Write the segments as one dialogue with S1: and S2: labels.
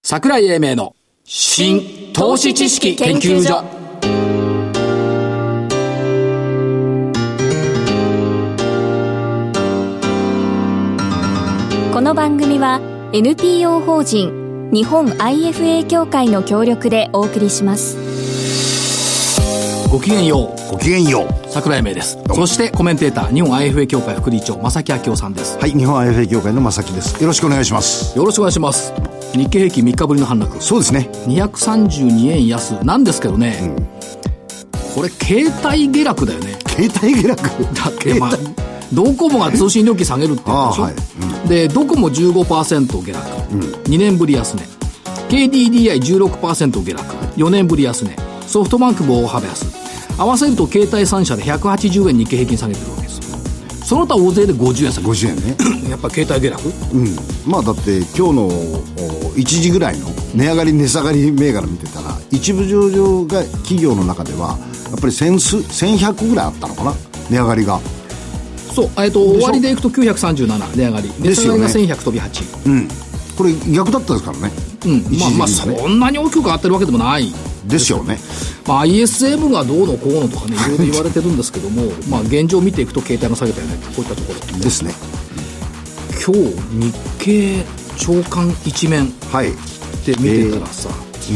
S1: 桜井英明の新投資知識研究所。
S2: この番組は NPO 法人日本 IFA 協会の協力でお送りします。
S1: ごきげんよう。
S3: ごきげんよう。
S1: 桜井英明です。そしてコメンテーター日本 IFA 協会副理事長正木明夫さんです。
S3: はい、日本 IFA 協会の正木です。よろしくお願いします。
S1: よろしくお願いします。日経平均3日ぶりの反落。
S3: そうですね。
S1: 232円安なんですけどね、これ携帯下落だよね。
S3: 携帯下落
S1: だってまあドコモが通信料金下げるって言ったでしょ、でドコモ 15% 下落、2年ぶり安値。 KDDI16% 下落、4年ぶり安値。ソフトバンクも大幅安。合わせると携帯3社で180円日経平均下げてるわけです。その他大勢で50円下げてる。
S3: 50円ね
S1: やっぱり携帯下落、
S3: まあだって今日の1時ぐらいの値上がり値下がり銘柄見てたら、一部上場が企業の中ではやっぱり1100ぐらいあったのかな、値上がりが。
S1: そう、終わりでいくと937値上がり、値下がりが1100飛び8、
S3: これ逆だったですからね。
S1: まあそんなに大きく変わってるわけでもない
S3: ですよね。
S1: まあ、ISM がどうのこうのとかね、いろいろ言われてるんですけどもまあ現状見ていくと携帯が下げたよね、こういったところ
S3: ですね。
S1: 今日日経長官一面で見てたらさ、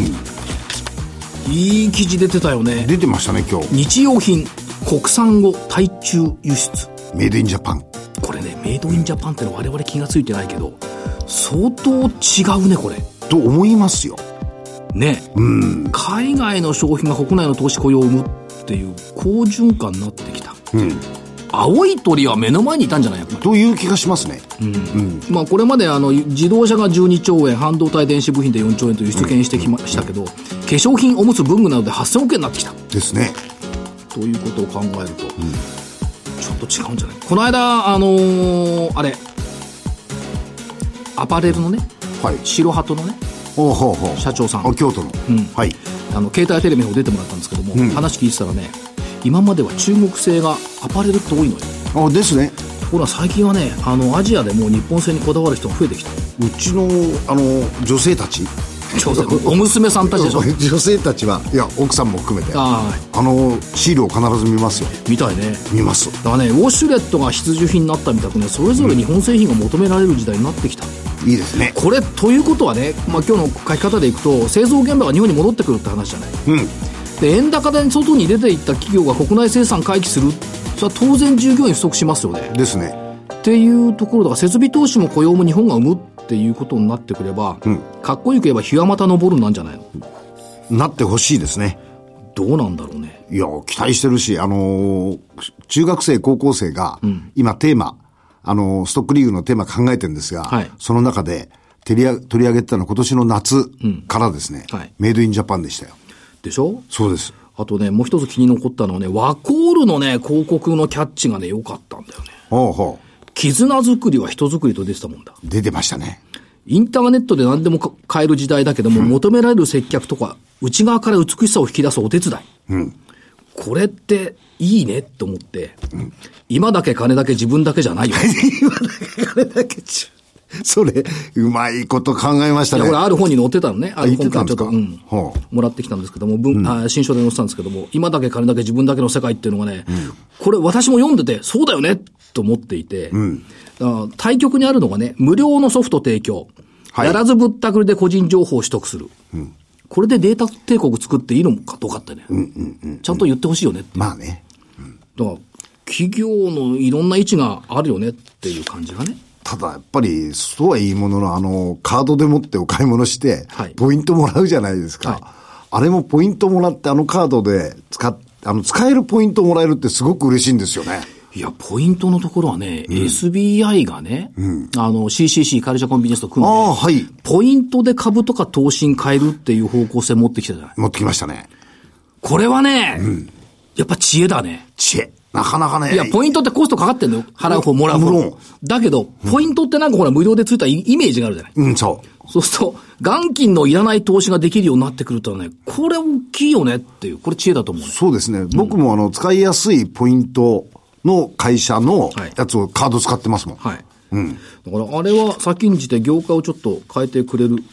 S1: いい記事出てたよね。
S3: 出てましたね今日。
S1: 日用品国産を対中輸出
S3: メイドインジャパン。
S1: これね、メイドインジャパンってのは我々気がついてないけど相当違うねこれ
S3: と思いますよ
S1: ね。海外の消費が国内の投資雇用を生むっていう好循環になってきた、青い鳥は目の前にいたんじゃないやっぱり
S3: という気がしますね。
S1: まあ、これまで自動車が12兆円、半導体電子部品で4兆円と輸出牽引してきましたけど、化粧品、おむつ、文具などで8000億円になってきた
S3: ですね。
S1: ということを考えると、ちょっと違うんじゃない。この間あれアパレルのね、白鳩のね社長さん、
S3: 京都の、
S1: 携帯テレビの方出てもらったんですけども、話聞いてたらね、今までは中国製がアパレルって多いのよ。
S3: ですね。
S1: ところが最近はね、アジアでも日本製にこだわる人が増えてきた。
S3: うちの女性たち
S1: お娘さんたちでしょ
S3: 女性たちは、いや奥さんも含めてシールを必ず見ますよ。
S1: 見たいね。
S3: 見ます。
S1: だからね、ウォシュレットが必需品になったみたくね、それぞれ日本製品が求められる時代になってきた、
S3: いいですね。こ
S1: れということはね、今日の書き方でいくと製造現場が日本に戻ってくるって話じゃない、で円高で外に出ていった企業が国内生産回帰する、それは当然従業員不足しますよね。
S3: ですね。
S1: っていうところだから、設備投資も雇用も日本が生むっていうことになってくれば、かっこよく言えば日はまた昇るなんじゃないの。
S3: なってほしいですね。
S1: どうなんだろうね。
S3: いや期待してるし、中学生高校生が、今テーマストックリーグのテーマ考えてるんですが、その中で取り上げてたのは今年の夏からですね、メイドインジャパンでしたよ。
S1: でしょ。
S3: そうです。
S1: あとね、もう一つ気に残ったのはね、ワコールのね広告のキャッチがね良かったんだよね。絆作りは人作りと出てたもんだ。
S3: 出てましたね。
S1: インターネットで何でも買える時代だけども、求められる接客とか内側から美しさを引き出すお手伝い、これっていいねと思って、今だけ金だけ自分だけじゃないよ
S3: 今だけ金だけそれうまいこと考えましたね。
S1: いや、これある本に載ってたのね。
S3: 言ってたんですか。
S1: もらってきたんですけども、新書で載ってたんですけども、今だけ金だけ自分だけの世界っていうのがね、これ私も読んでてそうだよねと思っていて、対極にあるのがね、無料のソフト提供、やらずぶったくりで個人情報を取得する、これでデータ帝国作っていいのかどうかってね、ちゃんと言ってほしいよねって。
S3: まあね、
S1: だから企業のいろんな位置があるよねっていう感じがね。
S3: ただやっぱりそうはいいもののカードでもってお買い物して、ポイントもらうじゃないですか、あれもポイントもらってカードで使えるポイントもらえるってすごく嬉しいんですよね。
S1: いや、ポイントのところはね、SBI がね、CCC カルチャーコンビニエンスと組んで、ポイントで株とか投資に変えるっていう方向性持ってきたじゃない。
S3: 持ってきましたね。
S1: これはね、やっぱ知恵だね。
S3: 知恵。なかなかね。
S1: いや、ポイントってコストかかってんのよ。払う方、もらう方。だけど、ポイントってなんかほら無料でついたイメージがあるじゃない。そうすると、元金のいらない投資ができるようになってくるとね、これ大きいよねっていう、これ知恵だと思うね。
S3: そうですね。僕も使いやすいポイントの会社のやつをカード使ってますもん。
S1: だからあれは先んじて業界をちょっと変えてくれるかなっ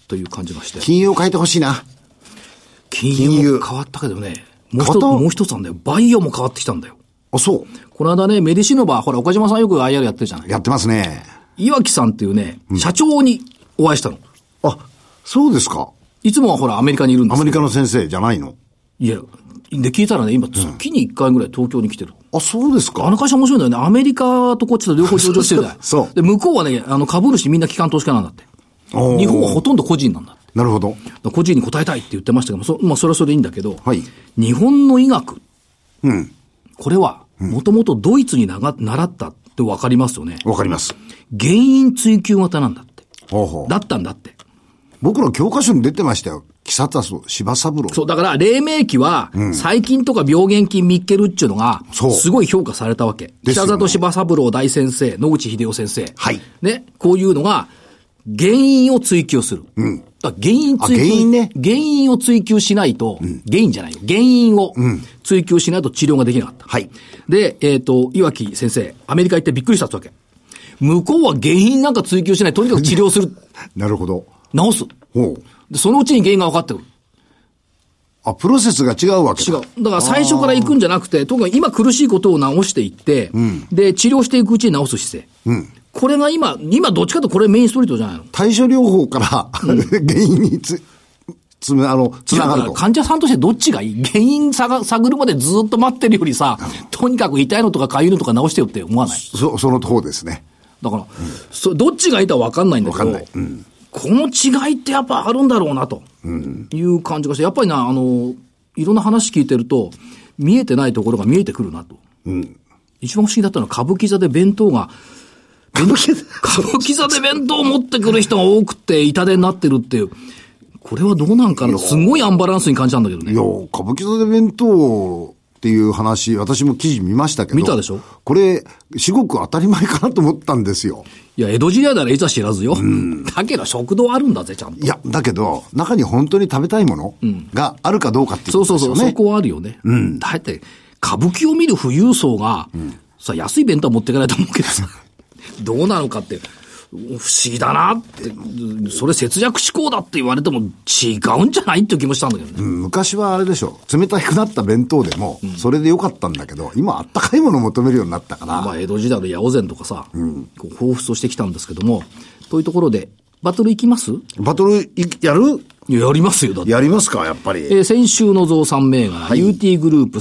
S1: という感じがして。
S3: 金融を変えてほしいな。
S1: 金融変わったけどね、もう一つなんだよ。バイオも変わってきたんだよ。
S3: あ、そう。
S1: この間ね、メディシノバ、ほら、岡島さんよく IR やってるじゃない。
S3: やってますね。
S1: 岩木さんっていうね、社長にお会いしたの。
S3: あ、そうですか。
S1: いつもはほら、アメリカにいるんですよ。
S3: アメリカの先生じゃないの？
S1: いや、で、聞いたらね、今、月に1回ぐらい東京に来てる。
S3: あ、そうですか。
S1: あの会社面白いんだよね。アメリカとこっちと両方上場してるんだよ。
S3: そう。
S1: で、向こうはね、株主みんな機関投資家なんだって。日本はほとんど個人なんだって。
S3: なるほど。
S1: 個人に答えたいって言ってましたけど、まあ、それはそれでいいんだけど、
S3: はい。
S1: 日本の医学。これは、もともとドイツに習ったってわかりますよね。
S3: わかります。
S1: 原因追求型なんだって。
S3: ほう。
S1: だったんだって。
S3: 僕の教科書に出てましたよ。キサタス柴三郎。
S1: そう、だから、黎明期は、細菌とか病原菌ミッケルっていうのが、すごい評価されたわけ。北里柴三郎大先生、野口英世先生。
S3: はい。
S1: ね、こういうのが、原因を追求する。だ原因追求。
S3: 原因ね。
S1: 原因を追求しないと、原因じゃないよ。原因を追求しないと治療ができなかった。
S3: はい。
S1: で、岩木先生、アメリカ行ってびっくりしたわけ。向こうは原因なんか追求しない。とにかく治療する。
S3: なるほど。
S1: 治す。
S3: ほう。
S1: で、そのうちに原因が分かってくる。
S3: あ、プロセスが違うわけだ。
S1: 違う。だから最初から行くんじゃなくて、特に今苦しいことを治していって、で、治療していくうちに治す姿勢。これが今どっちかとこれメインストリートじゃないの？
S3: 対処療法から、原因につながると。
S1: 患者さんとしてどっちがいい？原因探るまでずっと待ってるよりさ、とにかく痛いのとか痒いのとか治してよって思わない？
S3: その方ですね。
S1: だから、どっちがいいか分かんないんだけど、この違いってやっぱあるんだろうなという感じがして、やっぱりな、いろんな話聞いてると、見えてないところが見えてくるなと。一番不思議だったのは歌舞伎座で弁当が、歌舞伎座で弁当を持ってくる人が多くて痛手になってるっていう。これはどうなんかな、すごいアンバランスに感じたんだけどね。
S3: いや、歌舞伎座で弁当っていう話、私も記事見ましたけど。
S1: 見たでしょ？
S3: これ、至極当たり前かなと思ったんですよ。
S1: いや、江戸時代ならいざ知らずよ。だけど食堂あるんだぜ、ちゃんと。
S3: いや、だけど、中に本当に食べたいものがあるかどうかっていうことですよね。
S1: そう、そこはあるよね。だって、歌舞伎を見る富裕層が、さ、安い弁当は持っていかないと思うけどさ、どうなのかって、不思議だなって、それ節約志向だって言われても違うんじゃないっていう気もしたんだけどね。
S3: 昔はあれでしょ、冷たくなった弁当でも、それでよかったんだけど、今あったかいものを求めるようになったから。
S1: まあ、江戸時代の八百膳とかさ、こう彷彿としてきたんですけども、というところで、バトル行きます？
S3: バトルやる？
S1: やりますよ、だって。
S3: やりますか、やっぱり。
S1: 先週の増産銘柄、UT グループ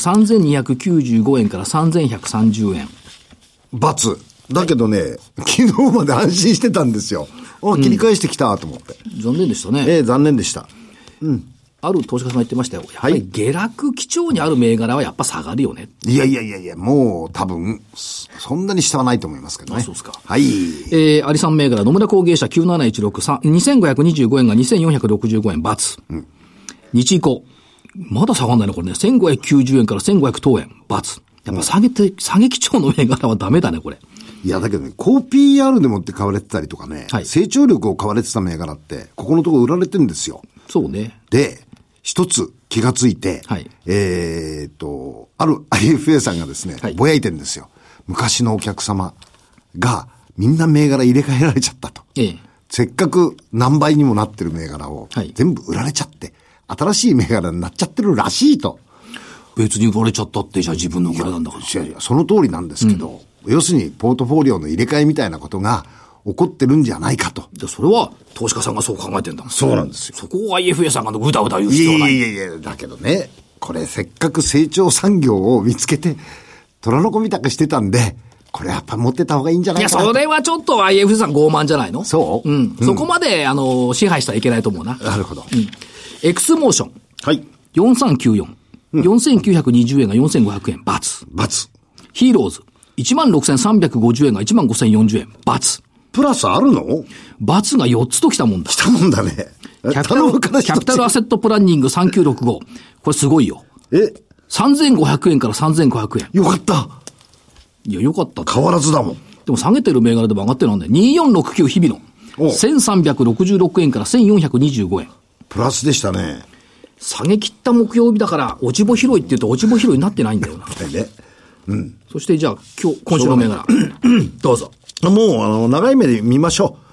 S1: 3295円から3130円。
S3: ×。だけどね、昨日まで安心してたんですよ。切り返してきたと思って。
S1: 残念でしたね。
S3: 残念でした。
S1: ある投資家さんが言ってましたよ。やっぱり下落基調にある銘柄はやっぱ下がるよね。
S3: いや、もう多分、そんなに下はないと思いますけどね。
S1: そうですか。
S3: はい。
S1: アリさん銘柄、野村工芸社9716、2525円が2465円、×。日以降。まだ下がんないのこれね。1590円から1500等円、×。やっぱ下げ基調の銘柄はダメだね、これ。
S3: いや、だけどね、高 PR でもって買われてたりとかね、成長力を買われてた銘柄って、ここのところ売られてるんですよ。
S1: そうね。
S3: で、一つ気がついて、ある IFA さんがですね、ぼやいてるんですよ。昔のお客様がみんな銘柄入れ替えられちゃったと。せっかく何倍にもなってる銘柄を全部売られちゃって、新しい銘柄になっちゃってるらしいと。
S1: 別に売られちゃったってじゃあ自分のこれなんだから。
S3: いや、その通りなんですけど、要するにポートフォリオの入れ替えみたいなことが起こってるんじゃないかと。
S1: じゃあそれは投資家さんがそう考えてんだ。
S3: そうなんですよ。
S1: そこを IFA さんがうだうだ言う必要はない。
S3: いや、だけどね、これせっかく成長産業を見つけて、虎の子みたくしてたんで、これやっぱ持ってた方がいいんじゃないかな。
S1: いや、それはちょっと IFA さん傲慢じゃないの？
S3: そう？
S1: そこまで、支配したらいけないと思うな。
S3: なるほど。
S1: エクスモーション。
S3: はい。
S1: 4394。4920円が4500円、×。ヒーローズ。16,350円が15,040円、×。
S3: プラスあるの？
S1: ×が4つときたもんだ。
S3: 来たもんだね。
S1: キャピタルアセットプランニング3965。これすごいよ。3500円から3500円。
S3: よかった。
S1: いや、よかったって。
S3: 変わらずだもん。
S1: でも下げてる銘柄でも上がってるんだよ。2469日々の。1366円から1425円。
S3: プラスでしたね。
S1: 下げ切った木曜日だから、落ち穂拾いって言うと落ち穂拾いになってないんだよな。そしてじゃあ、今週の銘柄。どうぞ。
S3: もう、長い目で見ましょう。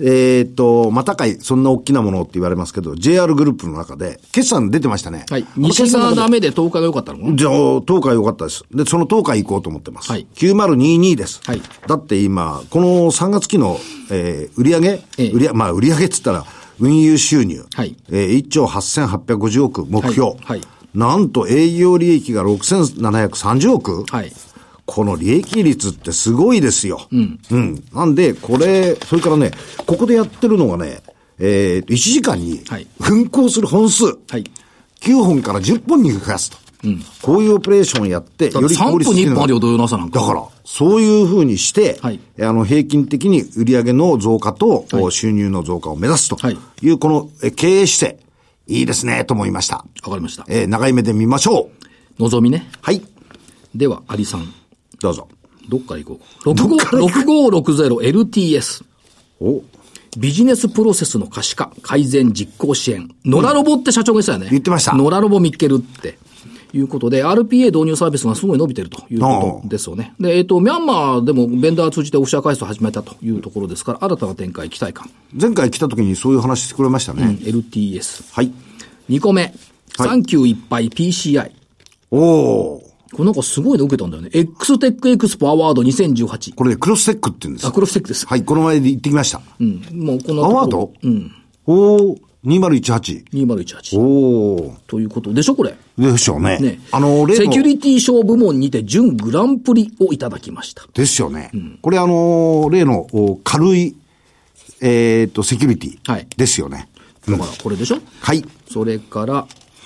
S3: またかい、そんな大きなものって言われますけど、JR グループの中で、決算出てましたね。
S1: はい。西がダメで東海が良かったのかな？
S3: じゃあ、東海良かったです。で、その東海行こうと思ってます。
S1: はい。
S3: 9022です。
S1: はい。
S3: だって今、この3月期の、売上、まあ、売上って言ったら、運輸収入。
S1: はい。
S3: 1兆8850億目標。
S1: はい。はい。
S3: なんと営業利益が6730億。
S1: はい。
S3: この利益率ってすごいですよ。うん。うん。なんで、それからね、ここでやってるのがね、1時間に運行する本数。はい。9本から10本に増やすと。うん。こういうオペレーションをやって、より効率的に。
S1: 3分に1本あるよ、土曜の朝なんか。
S3: だから、そういう風にして、はい。平均的に売上の増加と、はい、収入の増加を目指すという、この経営姿勢、いいですね、と思いました。
S1: わかりました。
S3: 長い目で見ましょ
S1: う。望みね。
S3: はい。
S1: では、アリさん。
S3: どうぞ。
S1: どっから行こう。6560LTS。
S3: お。
S1: ビジネスプロセスの可視化、改善、実行支援。ノラロボって社長が言ってたよね。
S3: 言ってました。
S1: ノラロボミッケルって。いうことで、RPA 導入サービスがすごい伸びてるということですよね。で、ミャンマーでもベンダー通じてオフシャー開発を始めたというところですから、新たな展開、期待感。
S3: 前回来た時にそういう話してくれましたね。
S1: LTS。
S3: はい。
S1: 2個目。サンキューいっぱい PCI。
S3: おー。
S1: これなんかすごいの受けたんだよね。X テックエクスポアワード2018。
S3: これね、クロステックって言うんです。
S1: クロステックです。
S3: はい、この前で行ってきました。
S1: うん。もうこの
S3: アワード？
S1: うん。
S3: おー、2018。
S1: 2018。
S3: おー。
S1: ということでしょ、これ。
S3: でしょうね。
S1: ね。セキュリティ賞部門にて準グランプリをいただきました。
S3: ですよね。うん、これ例の軽い、セキュリティ。はい。ですよね。
S1: だからこれでしょ？
S3: はい。
S1: それから、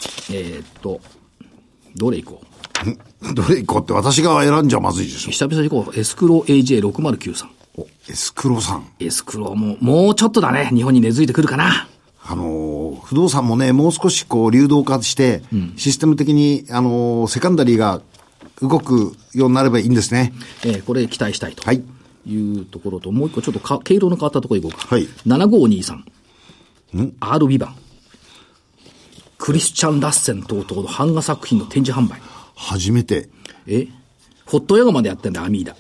S1: どれ行こう？
S3: どれ行こうって私が選んじゃまずいでしょ。
S1: 久々に行こう。エスクロ AJ6093。
S3: お、エスクロさん。
S1: エスクロもうちょっとだね。日本に根付いてくるかな。
S3: 不動産もね、もう少し流動化して、うん、システム的に、セカンダリーが動くようになればいいんですね。
S1: これ期待したいと。はい。いうところと、もう一個ちょっと毛色の変わったところ行こうか。
S3: はい。
S1: 7523。R ビバン。クリスチャン・ラッセン等々の版画作品の展示販売。
S3: 初めて。
S1: ホットヨガまでやってんだ、アミーダ。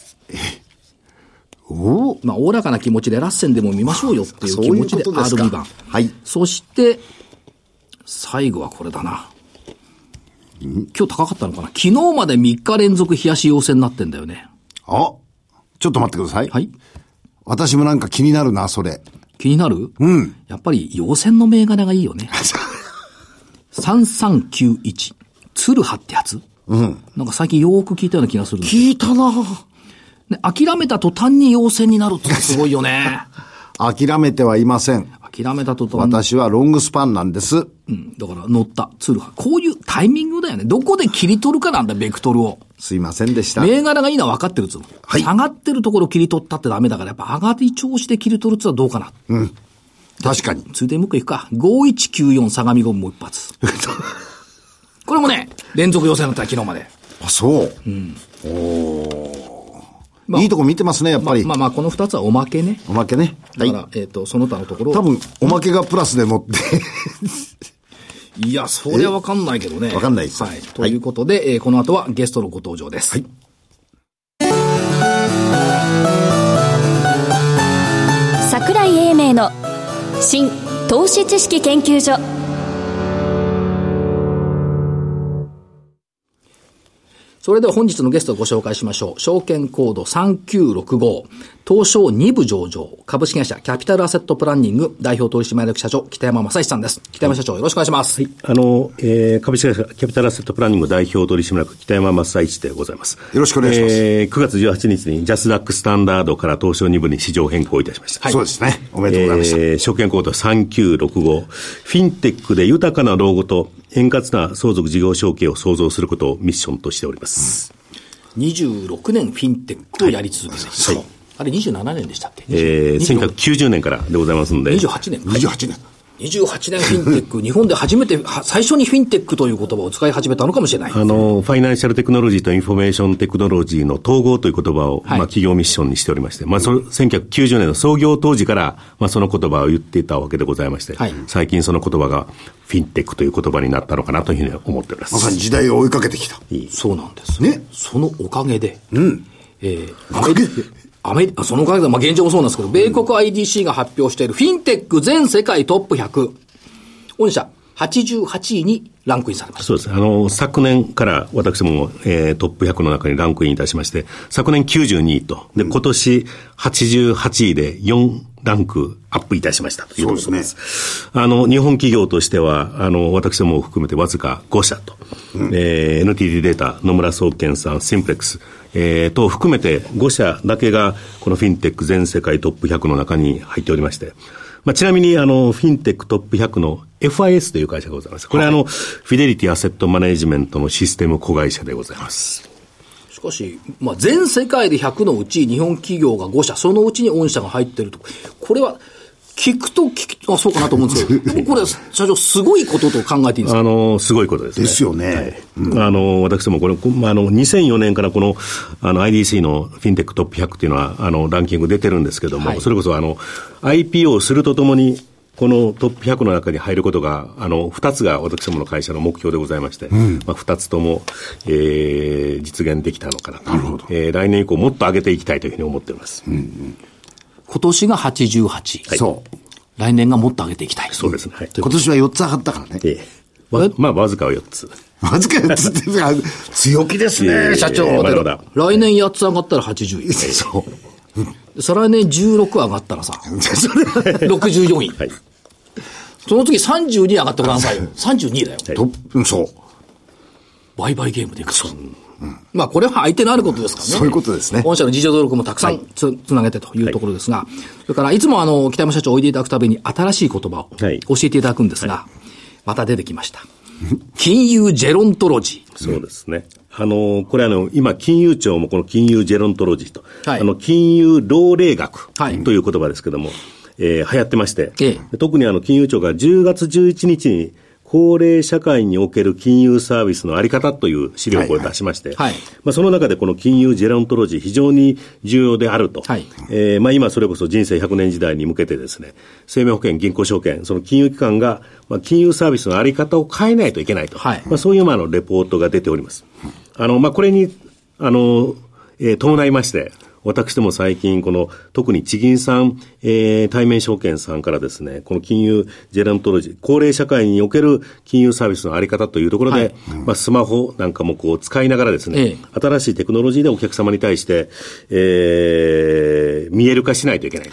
S1: おおらかな気持ちでラッセンでも見ましょうよっていう気持ちで R ビバン。
S3: はい。
S1: そして、最後はこれだな。今日高かったのかな？昨日まで3日連続冷やし陽線になってんだよね。
S3: あ、ちょっと待ってください。
S1: はい。
S3: 私もなんか気になるな、それ。
S1: 気になる？
S3: うん。
S1: やっぱり陽線の銘柄がいいよね。3391。ツルハってやつ？
S3: うん。
S1: なんか最近よーく聞いたような気がする。
S3: 聞いたな
S1: ね、諦めた途端に陽線になるってすごいよね。
S3: 諦めてはいません。
S1: 諦めた途端に。
S3: 私はロングスパンなんです。
S1: うん。だから乗った、ツルハ。こういうタイミングだよね。どこで切り取るかなんだ、ベクトルを。
S3: すいませんでした。
S1: 銘柄がいいのは分かってるっつうの。
S3: はい。
S1: 下がってるところを切り取ったってダメだから、やっぱ上がり調子で切り取るっつうのはどうかな。
S3: うん。確かに。
S1: ついで向くいくか。5194相模ゴムもう一発。これもね、連続予選だった昨日まで。
S3: あ、そう。
S1: うん。
S3: いいとこ見てますね、やっぱり。
S1: この二つはおまけね。
S3: おまけね。
S1: だから、その他のところ。
S3: 多分、おまけがプラスでもって。
S1: いや、それはわかんないけどね。
S3: わかんないです。
S1: はい。ということで、この後はゲストのご登場です。はい。
S2: 櫻井英明の新投資知識研究所。
S1: それでは本日のゲストをご紹介しましょう。証券コード3965、東証2部上場、株式会社キャピタルアセットプランニング代表取締役社長、北山正史さんです。北山社長、よろしくお願いします。
S4: はい。株式会社キャピタルアセットプランニング代表取締役北山正史でございます。
S3: よろしくお願いします。
S4: 9月18日にジャスダックスタンダードから東証2部に市場変更いたしました。
S3: はい、そうですね。おめでとうございました。
S4: 証券コード3965、フィンテックで豊かな老後と円滑な相続事業承継を創造することをミッションとしております。
S1: 26年フィンテックをやり続けて、はいはい、あれ27年でしたっけ
S4: ？1990年からでございますので。
S1: 28年。
S3: 28年。
S1: 28年フィンテック、日本で初めて、最初にフィンテックという言葉を使い始めたのかもしれない。
S4: ファイナンシャルテクノロジーとインフォメーションテクノロジーの統合という言葉を、はい、企業ミッションにしておりまして、1990年の創業当時から、その言葉を言っていたわけでございまして、はい、最近その言葉がフィンテックという言葉になったのかなというふうに思っております。
S3: まさに時代を追いかけてきた。
S1: そうなんです。
S3: ね。
S1: そのおかげで、
S3: うん。
S1: そのおかげで、現状もそうなんですけど、米国 IDC が発表しているフィンテック全世界トップ100、御社88位にランクインされました。
S4: そうです。昨年から私も、トップ100の中にランクインいたしまして、昨年92位と、で、今年88位で4ランクアップいたしましたということです。日本企業としては、私どもを含めてわずか5社と、NTT データ、野村総研さん、シンプレックス、等含めて5社だけが、このフィンテック全世界トップ100の中に入っておりまして、ちなみにフィンテックトップ100の FIS という会社がございます。これはフィデリティアセットマネジメントのシステム子会社でございます。
S1: しかし、全世界で100のうち日本企業が5社、そのうちに御社が入っていると。これは、聞くとそうかなと思うんですけど、でもこれ、社長、すごいことと考えていいんですか？
S4: すごいことですね。
S3: ですよね。
S4: はい。私もこれ、2004年からこの、IDC のフィンテックトップ100っていうのは、ランキング出てるんですけども、それこそIPO をするとともに、このトップ100の中に入ることが、2つが私どもの会社の目標でございまして、2つとも、実現できたのかなと。なるほど。来年以降もっと上げていきたいというふうに思っています。
S1: 今年が88位。
S3: はい、そう。
S1: 来年がもっと上げていきたい。
S4: そうですね。はい、
S3: 今年は4つ上がったからね。
S4: わずかは4つ。
S3: わずか4つって強気ですね、社長。
S1: 来年8つ上がったら80位。そう。再来年16上がったらさ、64位。はい。その次32上がってごらんなさいよ。32位だよ。
S3: そう。
S1: 売買ゲームでいくと。これは相手のあることですからね。
S3: そういうことですね。
S1: 御社の自助努力もたくさんつなげてというところですが、それからいつも北山社長おいでいただくたびに新しい言葉を教えていただくんですが、また出てきました。金融ジェロントロジー。
S4: そうですね。これ今、金融庁もこの金融ジェロントロジーと、金融老齢学という言葉ですけども、流行ってまして、特に金融庁が10月11日に高齢社会における金融サービスのあり方という資料を出しまして、その中でこの金融ジェロントロジー非常に重要であると、今それこそ人生100年時代に向けてですね、生命保険、銀行証券、その金融機関が金融サービスのあり方を変えないといけないと、そういうレポートが出ております。これに伴いまして、私ども最近特に地銀さん、対面証券さんからですね、この金融ジェロントロジー、高齢社会における金融サービスのあり方というところで、スマホなんかも使いながらですね、新しいテクノロジーでお客様に対して、見える化しないといけない。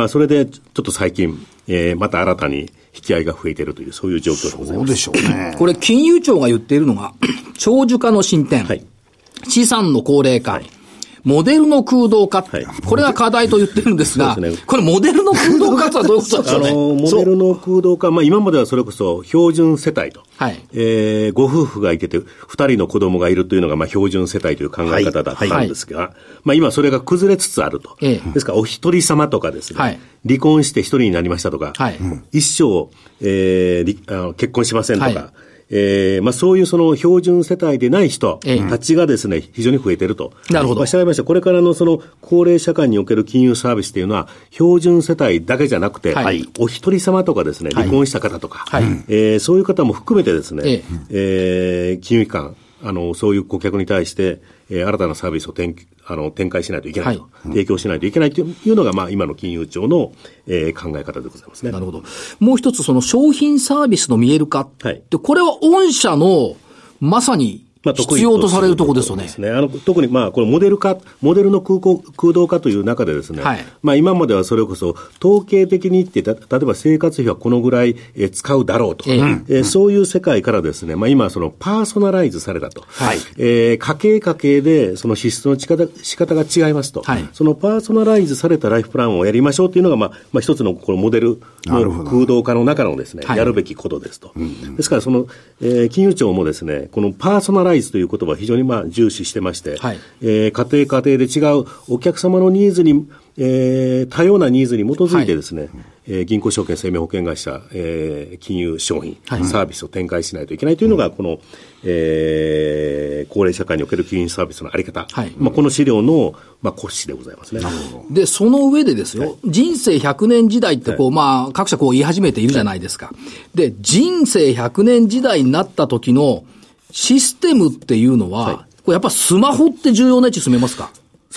S4: それでちょっと最近、また新たに引き合いが増えているという、そういう状況でございます。
S3: そうでしょうね。
S1: これ金融庁が言っているのが、長寿化の進展、資産の高齢化、モデルの空洞化、これが課題と言ってるんですが、これモデルの空洞化とはどういうことですかね。
S4: モデルの空洞化、今まではそれこそ標準世帯と、ご夫婦がいてて2人の子供がいるというのが標準世帯という考え方だったんですが、今それが崩れつつあると。ですからお一人様とかですね、離婚して一人になりましたとか、一生、結婚しませんとか、そういうその標準世帯でない人たちがですね、非常に増えていると。
S1: なるほど。
S4: したがいまして、これからのその高齢社会における金融サービスというのは、標準世帯だけじゃなくて、お一人様とかですね、離婚した方とか、そういう方も含めてですね、金融機関、そういう顧客に対して、新たなサービスを展開しないといけないと、提供しないといけないというのが、今の金融庁の、考え方でございますね。
S1: なるほど。もう一つ、その商品サービスの見える化って、これは御社のまさに必要とされるところですよね。
S4: 特にこのモデルの空洞化という中でですね、今まではそれこそ統計的に言って、例えば生活費はこのぐらい使うだろうと、そういう世界からですね、今そのパーソナライズされたと、家計でその支出の仕方が違いますと、そのパーソナライズされたライフプランをやりましょうというのが、一つのこのモデルの空洞化の中のですね、やるべきことですと。ですから金融庁もですね、このパーソナライズという言葉を非常に重視してまして、家庭で違うお客様のニーズに、多様なニーズに基づいてですね、銀行証券、生命保険会社、金融商品、サービスを展開しないといけないというのが、この、高齢社会における金融サービスのあり方、この資料の、骨子でございますね。
S1: で、その上でですよ、人生100年時代って各社言い始めているじゃないですか。で、人生100年時代になった時のシステムっていうのは、これやっぱスマホって重要な位置進めますか？
S4: それは絶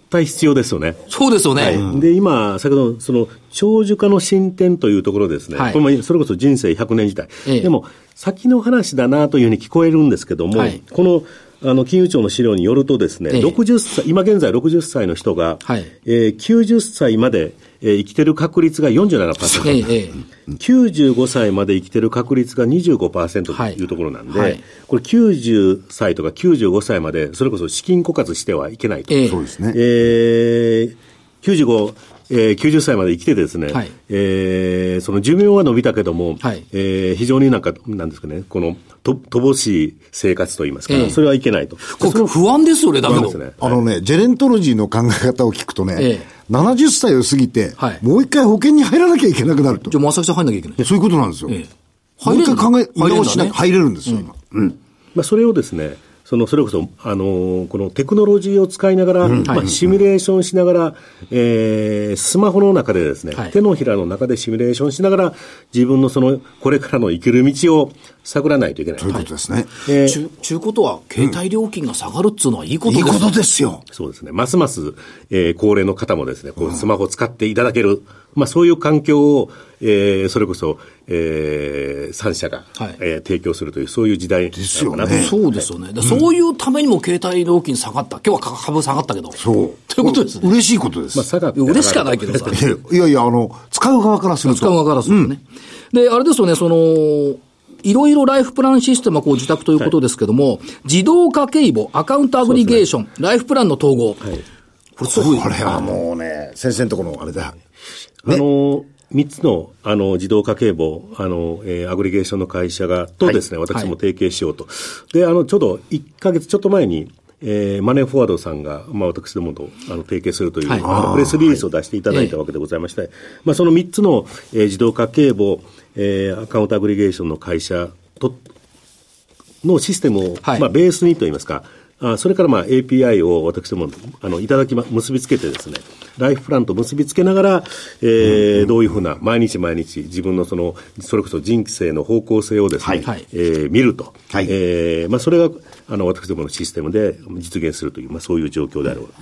S4: 対必要ですよね。
S1: そうですよね。
S4: はい、で、今、先ほど、その、長寿化の進展というところですね。はい、これもそれこそ人生100年時代。でも、先の話だなというふうに聞こえるんですけども、はい、この、金融庁の資料によるとですね、60歳、今現在60歳の人が、90歳まで、生きてる確率が 47%、95歳まで生きてる確率が 25% というところなんで、これ90歳とか95歳まで、それこそ資金枯渇してはいけないと。
S3: そうですね。
S4: 90歳まで生きてですね、その寿命は伸びたけども、非常になんですかね、この乏しい生活といいますか、それはいけないと。
S1: これ不安ですよね、だけど。
S3: ジェレントロジーの考え方を聞くとね、70歳を過ぎて、もう一回保険に入らなきゃいけなくなると。
S1: じゃあ、正木さん入んなきゃいけない。
S3: そういうことなんですよ。もう一回見直しなきゃ入れるんですよ、
S4: 今。それをですね、それこそ、このテクノロジーを使いながら、シミュレーションしながら、スマホの中でですね、手のひらの中でシミュレーションしながら、自分のこれからの生きる道を探らないといけない。
S3: そういうことですね。
S1: ちゅうことは、携帯料金が下がるっていうのはいいことです。
S3: いいことですよ。
S4: そうですね。ますます、高齢の方もですね、こうスマホを使っていただける、そういう環境を、それこそ、3社が、提供するという、そういう時代
S3: ですよね。
S1: そうですよね。そういうためにも携帯料金下がった。今日は株下がったけど。
S3: そう。
S1: ということですね。
S3: 嬉しいことです。
S4: 下がって。
S1: 嬉しかないけどさ。
S3: いやいや、使う側からすると。
S1: 使う側からするとね。で、あれですよね、いろいろライフプランシステムは自宅ということですけども、自動家計簿、アカウントアグリゲーション、ライフプランの統合。
S3: これすごい。これはもうね、先生のところのあれだ。
S4: 3つの、自動家計簿、アグリゲーションの会社とですね、私も提携しようと。で、ちょうど1ヶ月ちょっと前に、マネーフォワードさんが、私どもと提携するという、プレスリリースを出していただいたわけでございまして、その3つの、自動化計簿、アカウントアグリゲーションの会社のシステムを、ベースにといいますか、それからAPI を私ども結びつけてですね、ライフプランと結びつけながら、どういうふうな毎日自分のそれこそ人生の方向性をですね、見ると、それが私どものシステムで実現するという、そういう状況であります、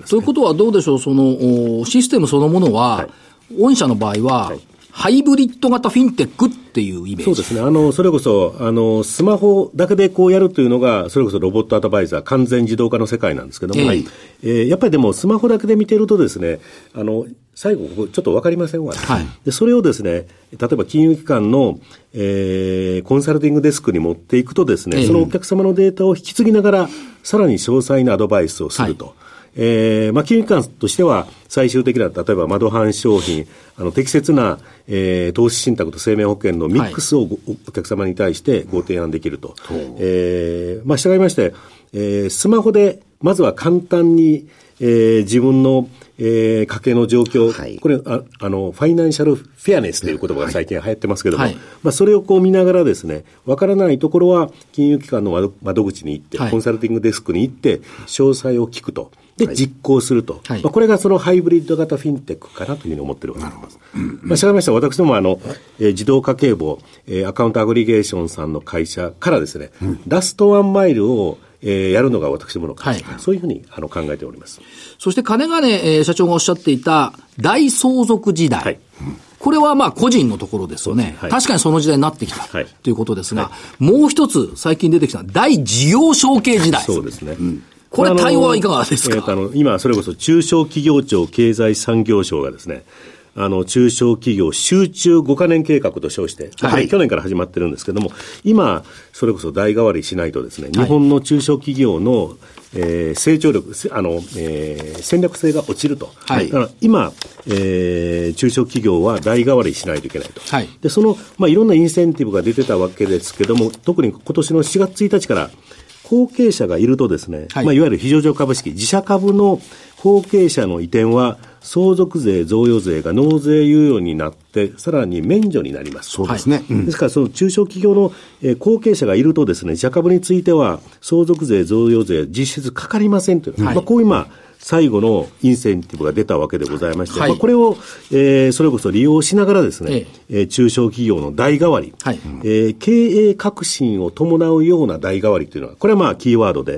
S1: ということはどうでしょう、システムそのものは、御社の場合は、ハイブリッド型フィンテックっていうイメージ。
S4: そうですね。それこそ、スマホだけでこうやるというのが、それこそロボットアドバイザー、完全自動化の世界なんですけども、やっぱりでもスマホだけで見てるとですね、最後、ちょっとわかりませんわ、で。それをですね、例えば金融機関の、コンサルティングデスクに持っていくとですね、そのお客様のデータを引き継ぎながら、さらに詳細なアドバイスをすると。金融機関としては最終的な、例えば窓販商品、適切な、投資信託と生命保険のミックスをお客様に対してご提案できると。従いまして、スマホでまずは簡単に、自分の、家計の状況、これファイナンシャルフェアネスという言葉が最近流行ってますけども、それをこう見ながらですね、わからないところは金融機関の窓口に行って、コンサルティングデスクに行って詳細を聞くと。で、実行すると。これがそのハイブリッド型フィンテックかなというふうに思っているわけです。従いまして、私ども自動化計簿、アカウントアグリゲーションさんの会社からですね、ラストワンマイルをやるのが私どもの会社、そういうふうに考えております。
S1: そして金金、社長がおっしゃっていた大相続時代。これは個人のところですよね。確かにその時代になってきたということですが、もう一つ最近出てきた大事業承継時代。
S4: そうですね。
S1: これ対応はいかがですか？
S4: 今、それこそ中小企業庁経済産業省がですね、中小企業集中5カ年計画と称して、去年から始まってるんですけども、今、それこそ代替わりしないとですね、日本の中小企業の、成長力、戦略性が落ちると。だから今、中小企業は代替わりしないといけないと。で、いろんなインセンティブが出てたわけですけども、特に今年の4月1日から、後継者がいるとですね、いわゆる非上場株式、自社株の後継者の移転は、相続税、贈与税が納税猶予になって、さらに免除になります。
S3: そうですね。
S4: ですから、その中小企業の、後継者がいるとですね、自社株については、相続税、贈与税、実質かかりませんという、こう今、最後のインセンティブが出たわけでございまして、これを、それこそ利用しながらですね、中小企業の代替わり、経営革新を伴うような代替わりというのは、これはキーワードで、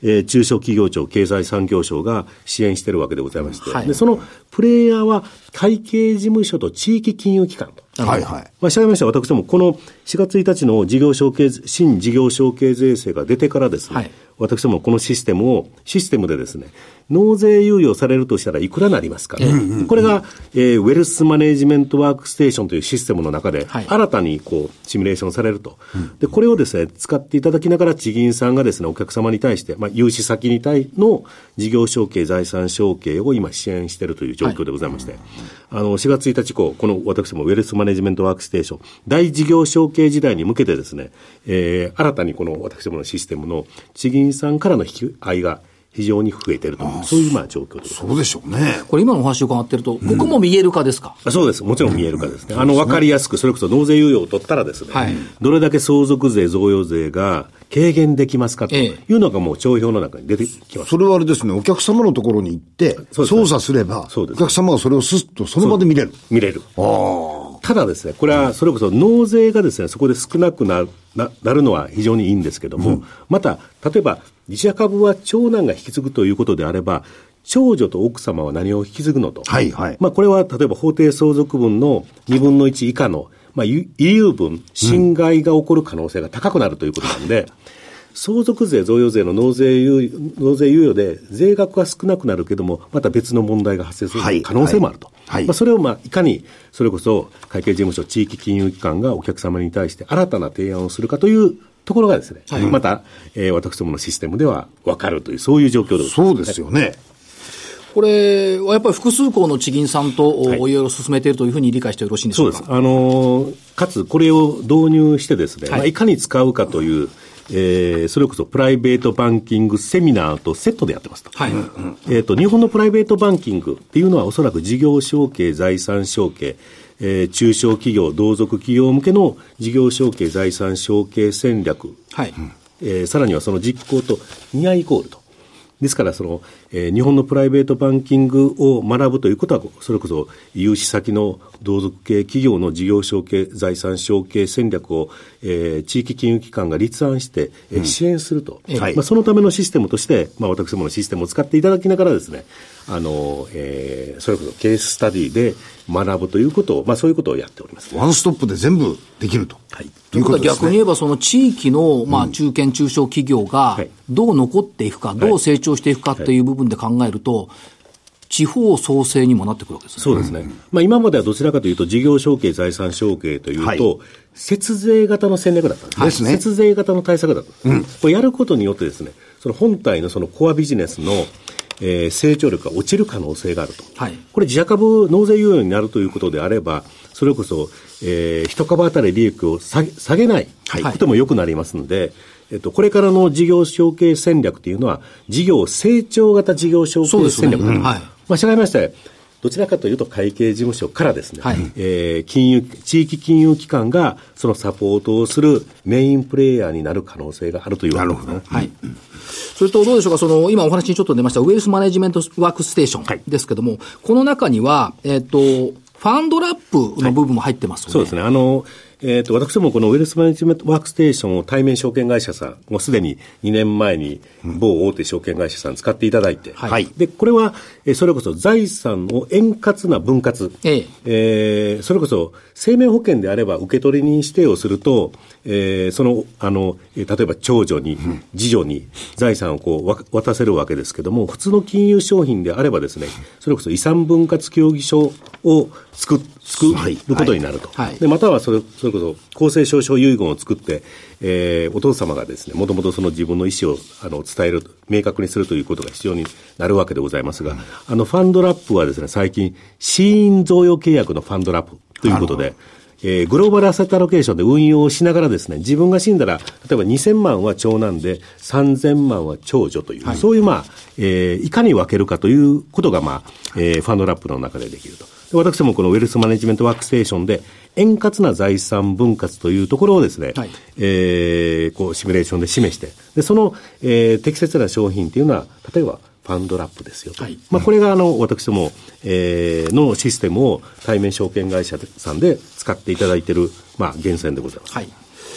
S4: 中小企業庁経済産業省が支援しているわけでございまして、でそのプレイヤーは会計事務所と地域金融機関と。
S3: はいはい。
S4: したがいまして私どもこの4月1日の新事業承継税制が出てからですね、私どもこのシステムでですね、納税猶予されるとしたらいくらになりますか、これが、ウェルスマネジメントワークステーションというシステムの中で、新たにこうシミュレーションされると、でこれをですね使っていただきながら地銀さんがですねお客様に対して、融資先に対の事業承継財産承継を今支援しているという状況でございまして、4月1日以降この私どもウェルスマネジメントワークステーション大事業承継時代に向けてですね、新たにこの私どものシステムの地銀さんからの引き合いが非常に増えているという、そういう状況です。
S3: そうでしょうね。
S1: これ今のお話を伺っていると、僕も見える化ですか？
S4: そうです。もちろん見える化ですね。分かりやすく、それこそ納税猶予を取ったらですね、どれだけ相続税、贈与税が軽減できますかというのがもう帳票の中に出てきます。
S3: それはあれですね、お客様のところに行って操作すれば、お客様がそれをスッとその場で見れる。
S4: 見れる。ただですね、これはそれこそ納税がですね、そこで少なくなるのは非常にいいんですけども、また、例えば、自社株は長男が引き継ぐということであれば、長女と奥様は何を引き継ぐのと。これは例えば法定相続分の2分の1以下の、遺留分、侵害が起こる可能性が高くなるということなので、相続税、贈与税の納税猶予で税額が少なくなるけども、また別の問題が発生する可能性もあると。それをいかに、それこそ会計事務所、地域金融機関がお客様に対して新たな提案をするかというところがですね、また、私どものシステムでは分かるという、そういう状況でございます。
S3: そうですよね。
S1: これはやっぱり複数項の地銀さんといろいろ進めているというふうに理解してよろしいんでしょうか？
S4: そうです。かつこれを導入してですね、いかに使うかという、それこそプライベートバンキングセミナーとセットでやってますと。日本のプライベートバンキングっていうのはおそらく事業承継、財産承継、中小企業、同族企業向けの事業承継、財産承継戦略、さらにはその実行とニアイコールと。ですから日本のプライベートバンキングを学ぶということは、それこそ融資先の同族系企業の事業承継、財産承継戦略を、地域金融機関が立案して、支援すると。そのためのシステムとして、私どものシステムを使っていただきながらですね、それこそケーススタディで学ぶということを、そういうことをやっております。
S3: ワンストップで全部できると。
S1: ということは逆に言えばその地域の、中堅中小企業がどう残っていくか、どう成長していくかという部分で考えると、地方創生にもなってくるわけですね。
S4: そうですね。今まではどちらかというと事業承継、財産承継というと、節税型の戦略だったんですね。節税型の対策だったんです。これやることによってですね、その本体のそのコアビジネスの成長力が落ちる可能性があると。これ自社株納税猶予になるということであれば、それこそ、一株当たり利益を下げないことも良くなりますので、これからの事業承継戦略というのは、事業成長型事業承継戦略だと。したがいまして、どちらかというと会計事務所からですね、地域金融機関がそのサポートをするメインプレイヤーになる可能性があるというわけですね。
S1: それとどうでしょうか、今お話にちょっと出ましたウェルスマネジメントワークステーションですけども、この中には、ファンドラップの部分も入ってますよね。
S4: そうですね。私どもこのウェルスマネジメントワークステーションを対面証券会社さん、もうすでに2年前に某大手証券会社さん使っていただいて、で、これは、それこそ財産を円滑な分割、それこそ生命保険であれば受取人指定をすると、例えば長女に、次女に財産を渡せるわけですけども、普通の金融商品であればですね、それこそ遺産分割協議書を作ることになると。で、またはそれこそ公正証書遺言を作って、お父様がですね、もともとその自分の意思を伝える、明確にするということが必要になるわけでございますが、ファンドラップはですね、最近、死因贈与契約のファンドラップということで、グローバルアセットアロケーションで運用をしながらですね、自分が死んだら、例えば2000万は長男で3000万は長女という、そういういかに分けるかということがファンドラップの中でできると。で、私もこのウェルスマネジメントワークステーションで円滑な財産分割というところをですね、シミュレーションで示して、で、その、適切な商品というのは、例えばファンドラップですよと。これが私ども、のシステムを対面証券会社さんで使っていただいている、源泉でございます。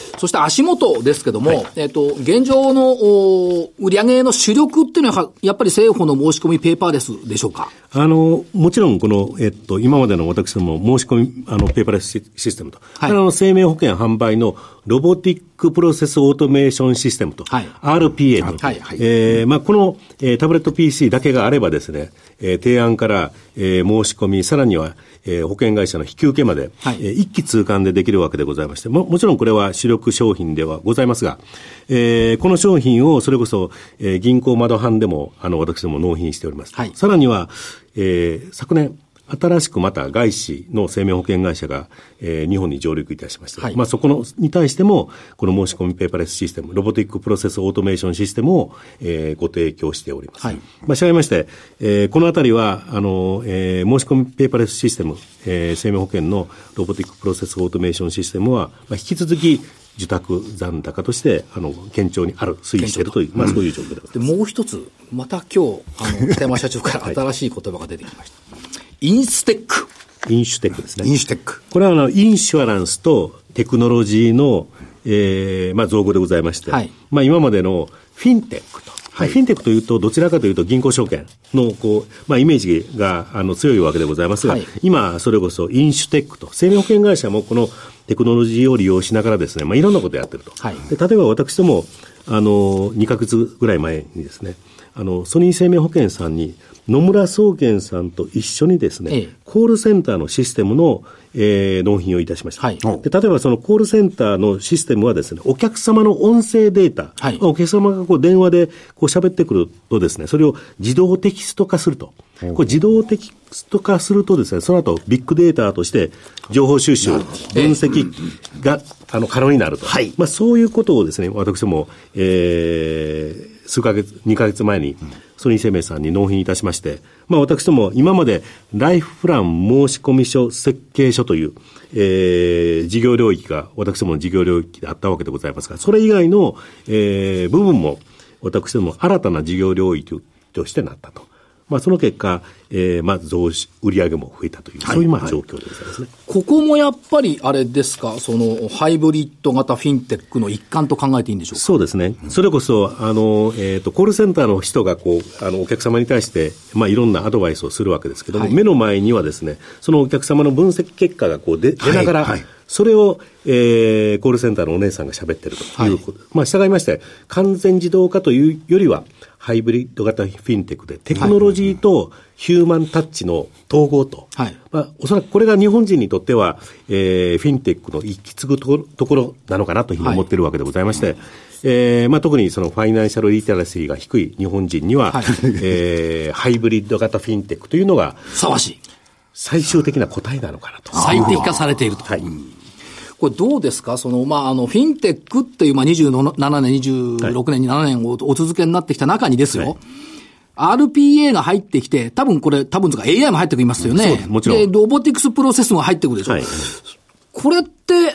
S1: そして足元ですけども、現状の売上の主力っていうのは、やっぱり政府の申し込みペーパーレスでしょうか。
S4: もちろん、この、今までの私ども申し込み、ペーパーレスシステムと、生命保険販売のロボティックプロセスオートメーションシステムと、RPA と、この、タブレット PC だけがあればですね、提案から、申し込み、さらには、保険会社の引き受けまで、一気通貫でできるわけでございまして、もちろんこれは主力商品ではございますが、この商品をそれこそ、銀行窓販でも私ども納品しております。さらには、昨年新しくまた外資の生命保険会社が、日本に上陸いたしまして、そこに対してもこの申し込みペーパーレスシステム、ロボティックプロセスオートメーションシステムを、ご提供しております。したがいまして、このあたりは申し込みペーパーレスシステム、生命保険のロボティックプロセスオートメーションシステムは、引き続き受託残高として堅調にある推移しているという、そういう状況でございます。
S1: でもう一つまた今日北山社長から新しい言葉が出てきました。インステック。
S4: インシュテックですね。
S3: インシュテック。
S4: これはインシュアランスとテクノロジーの、造語でございまして、今までのフィンテックと。フィンテックというと、どちらかというと銀行証券のイメージが強いわけでございますが、今、それこそインシュテックと、生命保険会社もこのテクノロジーを利用しながらですね、いろんなことをやってると。で例えば私ども、2ヶ月ぐらい前にですね、ソニー生命保険さんに野村総研さんと一緒にですね、コールセンターのシステムの、納品をいたしました。で例えばそのコールセンターのシステムはですね、お客様の音声データ、お客様が電話で喋ってくるとですね、それを自動テキスト化すると。これ自動テキスト化するとですね、その後ビッグデータとして情報収集、分析が可能になると。そういうことをですね、私も、数ヶ月、2ヶ月前にソニー生命さんに納品いたしまして、私ども今までライフプラン申込書設計書という、事業領域が私どもの事業領域であったわけでございますが、それ以外の、部分も私ども新たな事業領域としてなったと。その結果、売上も増えたという、そういう状況でございますね。
S1: ここもやっぱりあれですか、そのハイブリッド型フィンテックの一環と考えていいんでしょうか。
S4: そうですね。それこそコールセンターの人がお客様に対していろんなアドバイスをするわけですけども、目の前にはですね、そのお客様の分析結果が出ながら、それを、コールセンターのお姉さんが喋ってるということ。従いまして、完全自動化というよりは、ハイブリッド型フィンテックで、テクノロジーとヒューマンタッチの統合と。おそらくこれが日本人にとっては、フィンテックの行き継ぐところなのかなというふうに思っているわけでございまして、特にそのファイナンシャルリテラシーが低い日本人には、ハイブリッド型フィンテックというのが、
S1: ふさわしい。
S4: 最終的な答えなのかなと。
S1: 最適化されていると。これどうですか、フィンテックっていう、27年、26年、27年をお続けになってきた中にですよ、RPA が入ってきて、多分とか AI も入ってきますよね。
S4: もちろん。
S1: で、ロボティクスプロセスも入ってくるでしょ。これって、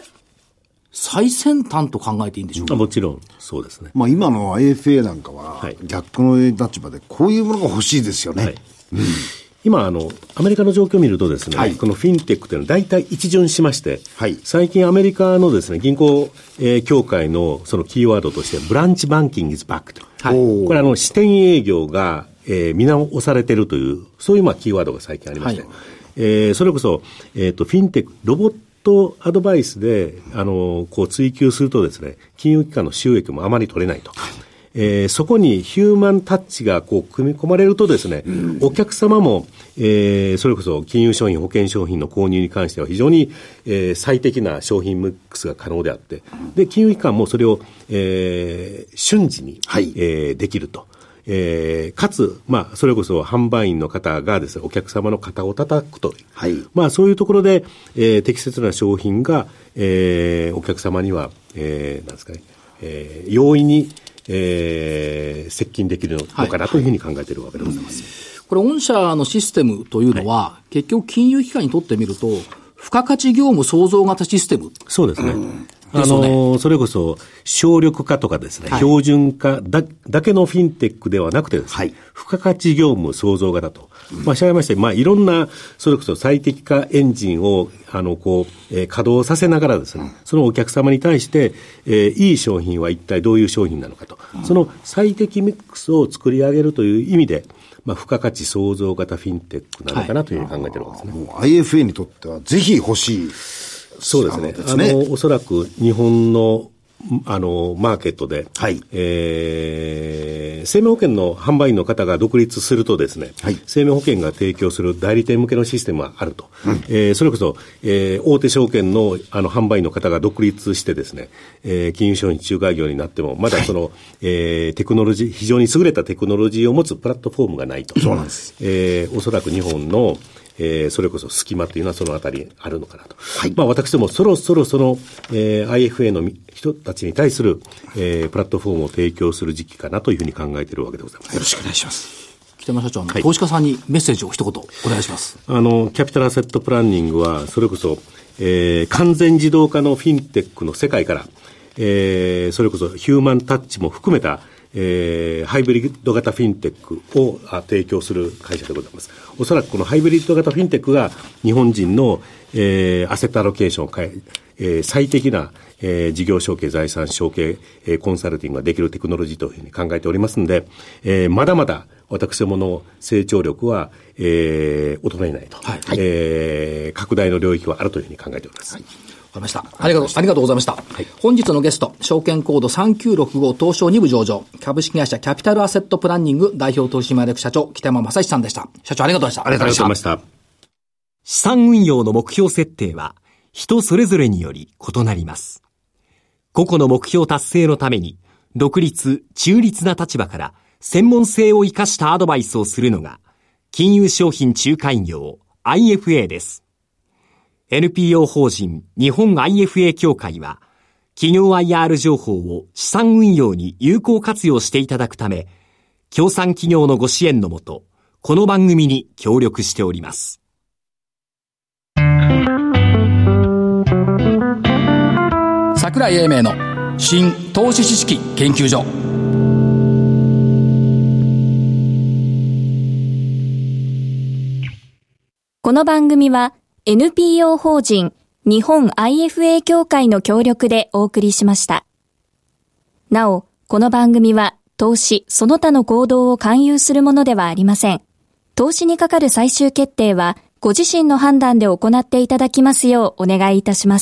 S1: 最先端と考えていいんでしょうか。
S4: もちろん、そうですね。
S3: 今の IFA なんかは、逆の立場で、こういうものが欲しいですよね。
S4: 今アメリカの状況を見るとですね、このフィンテックというのは大体一巡しまして、最近アメリカのですね、銀行、協会のそのキーワードとして、ブランチバンキング is back と。これ支店営業が、見直されているという、そういうキーワードが最近ありまして、それこそ、フィンテック、ロボットアドバイスで、追求するとですね、金融機関の収益もあまり取れないと。そこにヒューマンタッチが組み込まれるとですね、お客様も、それこそ金融商品、保険商品の購入に関しては非常に、最適な商品ミックスが可能であって、で、金融機関もそれを、瞬時に、できると。かつ、それこそ販売員の方がですね、お客様の肩を叩くと。そういうところで、適切な商品が、お客様には、なんですかね、容易に、接近できるのかなというふうに考えているわけでございます。
S1: これ、御社のシステムというのは、結局金融機関にとってみると、付加価値業務創造型システム。
S4: そうですね。 それこそ省力化とかですね、標準化だけのフィンテックではなくてですね、付加価値業務創造型と、しまいまして、いろんな、それこそ最適化エンジンを、稼働させながらですね、そのお客様に対して、いい商品は一体どういう商品なのかと、その最適ミックスを作り上げるという意味で、付加価値創造型フィンテックなのかなというふうに考えているわけですね。
S3: IFA にとってはぜひ欲しい。
S4: そうですね。おそらく日本のマーケットで、生命保険の販売員の方が独立するとですね、生命保険が提供する代理店向けのシステムはあると。それこそ、大手証券の販売員の方が独立してですね、金融商品仲介業になっても、まだその、テクノロジー、非常に優れたテクノロジーを持つプラットフォームがないと。
S3: そうなんです。
S4: おそらく日本のそれこそ隙間というのはそのあたりあるのかなと。私どもそろそろその、IFA の人たちに対する、プラットフォームを提供する時期かなというふうに考えているわけでございます。
S3: よろしくお願いします。
S1: 北山社長、投資家さんにメッセージを一言お願いします。
S4: キャピタルアセットプランニングはそれこそ、完全自動化のフィンテックの世界から、それこそヒューマンタッチも含めたハイブリッド型フィンテックを提供する会社でございます。おそらくこのハイブリッド型フィンテックが日本人の、アセットアロケーションを最適な、事業承継財産承継、コンサルティングができるテクノロジーというふうに考えておりますので、まだまだ私どもの成長力は、衰えないと、拡大の領域はあるというふうに考えております。
S1: わかりました。ありがとうございました。本日のゲスト、証券コード3965東証2部上場、株式会社キャピタルアセットプランニング代表取締役社長、北山正史さんでした。社長ありがとうございました。
S4: ありがとうございました。
S5: 資産運用の目標設定は、人それぞれにより異なります。個々の目標達成のために、独立、中立な立場から、専門性を生かしたアドバイスをするのが、金融商品仲介業 IFA です。NPO 法人日本 IFA 協会は、企業 IR 情報を資産運用に有効活用していただくため、協賛企業のご支援のもと、この番組に協力しております。
S1: 櫻井英明の新投資知識研究所。
S2: この番組はNPO 法人日本 IFA 協会の協力でお送りしました。なお、この番組は投資その他の行動を勧誘するものではありません。投資にかかる最終決定はご自身の判断で行っていただきますようお願いいたします。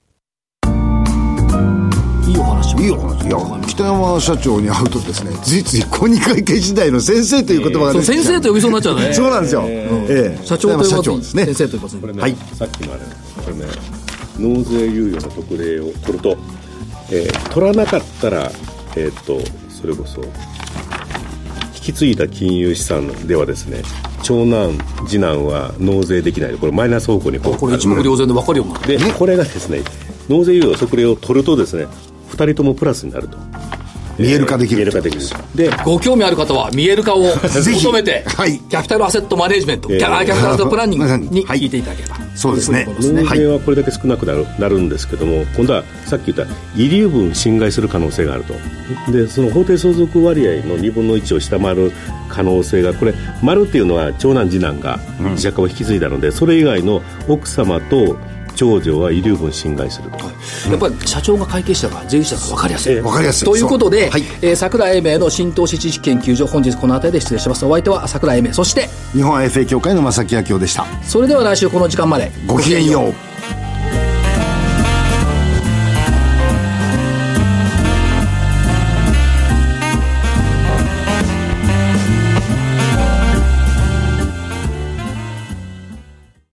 S1: いいお話。
S3: いや、北山社長に会うとですね、ついつい公認会計時代の先生という言葉が出てきちゃう。
S1: 先生と呼びそうになっちゃうね。
S3: そうなんですよ。
S1: 社長と呼ばずに
S3: ですね。
S1: 先生と呼ばずに。
S4: これね、さっきのあれ、これね、納税猶予の特例を取ると、取らなかったら、それこそ引き継いだ金融資産ではですね、長男次男は納税できない。これマイナス方向にこ
S1: れ一目瞭然で分かるようになる。
S4: で、これがですね、納税猶予特例を取るとですね、2人ともプラスになると。
S3: 見える化できる。
S1: で、ご興味ある方は見える化を求めて、キャピタルアセットマネジメント、キャピタルアセットプランニングに聞いていただければ。
S3: そうですね。
S4: 納税はこれだけ少なくなるんですけども、今度はさっき言った遺留分侵害する可能性があると。で、その法定相続割合の2分の1を下回る可能性が、これ丸っていうのは長男次男が自社化を引き継いだので、それ以外の奥様と長女は遺留分侵害すると、
S1: やっぱり社長が会計士だから税理士だから分かりやすい、
S3: 分かりやすい
S1: ということで、櫻井英明の新投資知識研究所、本日この辺りで失礼します。お相手は櫻井英明、そして
S3: 日本 IFA 協会の正木明夫でした。
S1: それでは来週この時間まで
S3: ごきげんよう。